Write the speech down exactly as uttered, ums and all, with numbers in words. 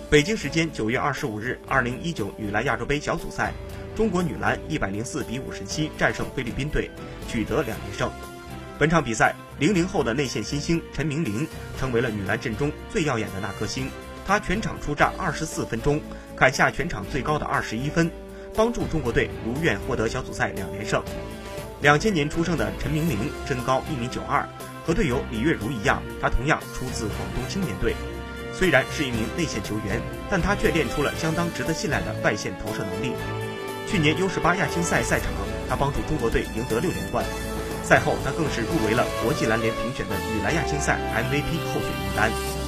北京时间九月二十五日，二零一九女篮亚洲杯小组赛，中国女篮一百零四比五十七战胜菲律宾队，取得两连胜。本场比赛，零零后的内线新星陈明玲成为了女篮阵中最耀眼的那颗星。她全场出战二十四分钟，砍下全场最高的二十一分，帮助中国队如愿获得小组赛两连胜。两千年出生的陈明玲身高一米九二，和队友李月如一样，她同样出自广东青年队。虽然是一名内线球员，但她却练出了相当值得信赖的外线投射能力。去年 U 十八亚青赛赛场，她帮助中国队赢得六连冠。赛后，她更是入围了国际篮联评选的女篮亚青赛 M V P 候选名单。